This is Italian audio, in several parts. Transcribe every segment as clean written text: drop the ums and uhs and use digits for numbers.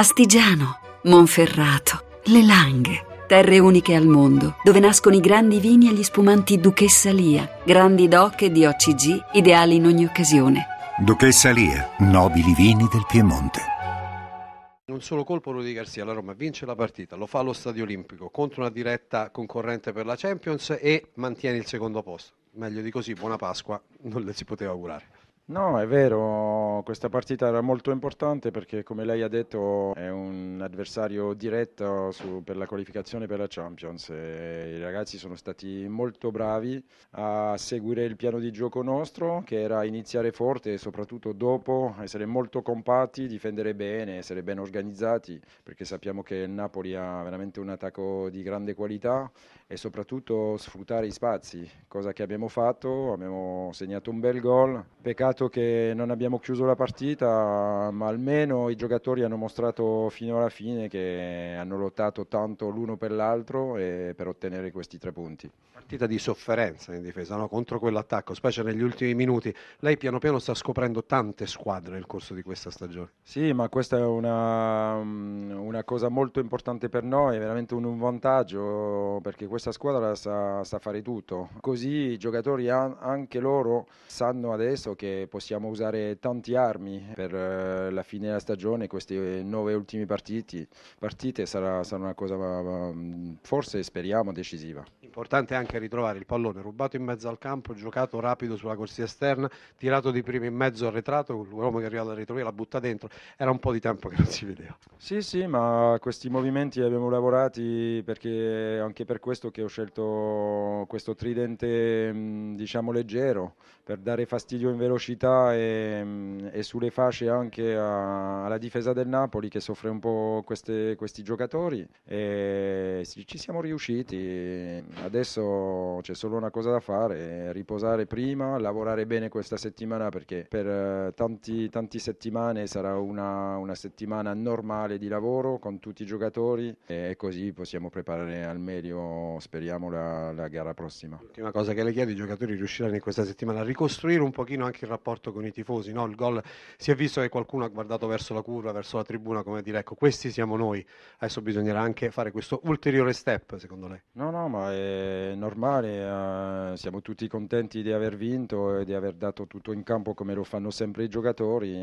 Astigiano, Monferrato, Le Langhe. Terre uniche al mondo, dove nascono i grandi vini e gli spumanti Duchessa Lia, grandi DOC e DOCG, ideali in ogni occasione. Duchessa Lia, nobili vini del Piemonte. In un solo colpo Rudy Garcia, la Roma vince la partita, lo fa allo Stadio Olimpico contro una diretta concorrente per la Champions e mantiene il secondo posto. Meglio di così, buona Pasqua, non le si poteva augurare. No, è vero, questa partita era molto importante perché, come lei ha detto, è un avversario diretto per la qualificazione per la Champions. I ragazzi sono stati molto bravi a seguire il piano di gioco nostro, che era iniziare forte e soprattutto dopo essere molto compatti, difendere bene, essere ben organizzati, perché sappiamo che il Napoli ha veramente un attacco di grande qualità e soprattutto sfruttare i spazi, cosa che abbiamo fatto, abbiamo segnato un bel gol. Peccato che non abbiamo chiuso la partita, ma almeno i giocatori hanno mostrato fino alla fine che hanno lottato tanto l'uno per l'altro e per ottenere questi 3 punti. Partita di sofferenza in difesa, no? Contro quell'attacco, specie negli ultimi minuti. Lei piano piano sta scoprendo tante squadre nel corso di questa stagione. Sì, ma questa è una cosa molto importante per noi, è veramente un vantaggio perché questa squadra sa fare tutto. Così i giocatori anche loro sanno adesso che possiamo usare tanti armi per la fine della stagione. Questi 9 ultimi partite sarà una cosa forse speriamo decisiva. Importante anche ritrovare il pallone rubato in mezzo al campo, giocato rapido sulla corsia esterna, tirato di prima in mezzo arretrato, l'uomo che arriva dalla retrovia la butta dentro. Era un po' di tempo che non si vedeva. Sì, ma questi movimenti abbiamo lavorati perché anche per questo che ho scelto questo tridente diciamo leggero, per dare fastidio in velocità e sulle fasce anche alla difesa del Napoli che soffre un po' questi giocatori e ci siamo riusciti. Adesso c'è solo una cosa da fare, riposare prima, lavorare bene questa settimana perché per tanti settimane sarà una settimana normale di lavoro con tutti i giocatori e così possiamo preparare al meglio, speriamo, la gara prossima. L'ultima cosa che le chiedo, i giocatori riusciranno in questa settimana a ricostruire un pochino anche il rapporto con i tifosi, no? Il gol, si è visto che qualcuno ha guardato verso la curva, verso la tribuna, come dire, ecco, questi siamo noi, adesso bisognerà anche fare questo ulteriore step, secondo lei? No, ma è normale, siamo tutti contenti di aver vinto e di aver dato tutto in campo come lo fanno sempre i giocatori,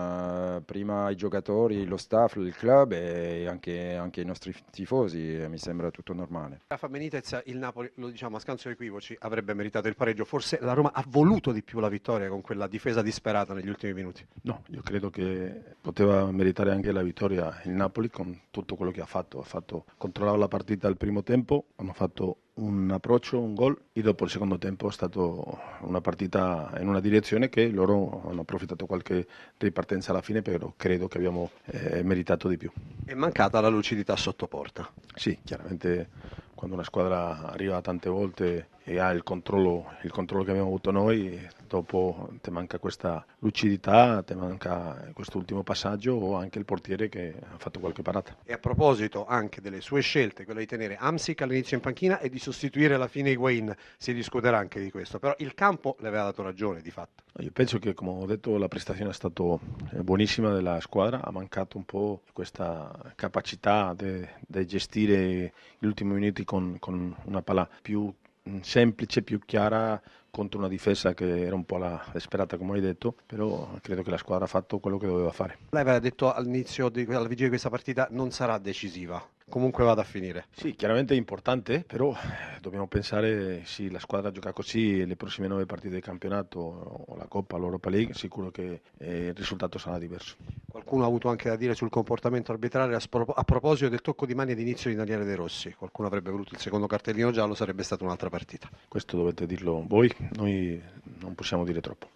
prima i giocatori, lo staff, il club e anche i nostri tifosi, mi sembra tutto normale. Rafa Benitez, il Napoli, lo diciamo a scanso di equivoci, avrebbe meritato il pareggio, forse la Roma ha voluto di più la vittoria con quella difesa disperata negli ultimi minuti. No, io credo che poteva meritare anche la vittoria il Napoli con tutto quello che ha fatto, controllava la partita al primo tempo, hanno fatto un approccio, un gol e dopo il secondo tempo è stata una partita in una direzione che loro hanno approfittato qualche ripartenza alla fine, però credo che abbiamo meritato di più. È mancata la lucidità sotto porta. Sì, chiaramente quando una squadra arriva tante volte e ha il controllo che abbiamo avuto noi, dopo ti manca questa lucidità, ti manca quest'ultimo passaggio o anche il portiere che ha fatto qualche parata. E a proposito anche delle sue scelte, quella di tenere Hamsik all'inizio in panchina e di sostituire alla fine Higuaín, si discuterà anche di questo, però il campo le aveva dato ragione di fatto. Io penso che, come ho detto, la prestazione è stata buonissima della squadra, ha mancato un po' questa capacità di gestire gli ultimi minuti con una palla più semplice, più chiara contro una difesa che era un po' la disperata, come hai detto, però credo che la squadra ha fatto quello che doveva fare. Lei aveva detto all'inizio alla vigilia di questa partita non sarà decisiva, comunque vada a finire. Sì, chiaramente è importante, però dobbiamo pensare se la squadra gioca così le prossime 9 partite del campionato o la Coppa, l'Europa League, sicuro che il risultato sarà diverso. Qualcuno ha avuto anche da dire sul comportamento arbitrale a proposito del tocco di mani all'inizio di Daniele De Rossi. Qualcuno avrebbe voluto il secondo cartellino giallo, sarebbe stata un'altra partita. Questo dovete dirlo voi, noi non possiamo dire troppo.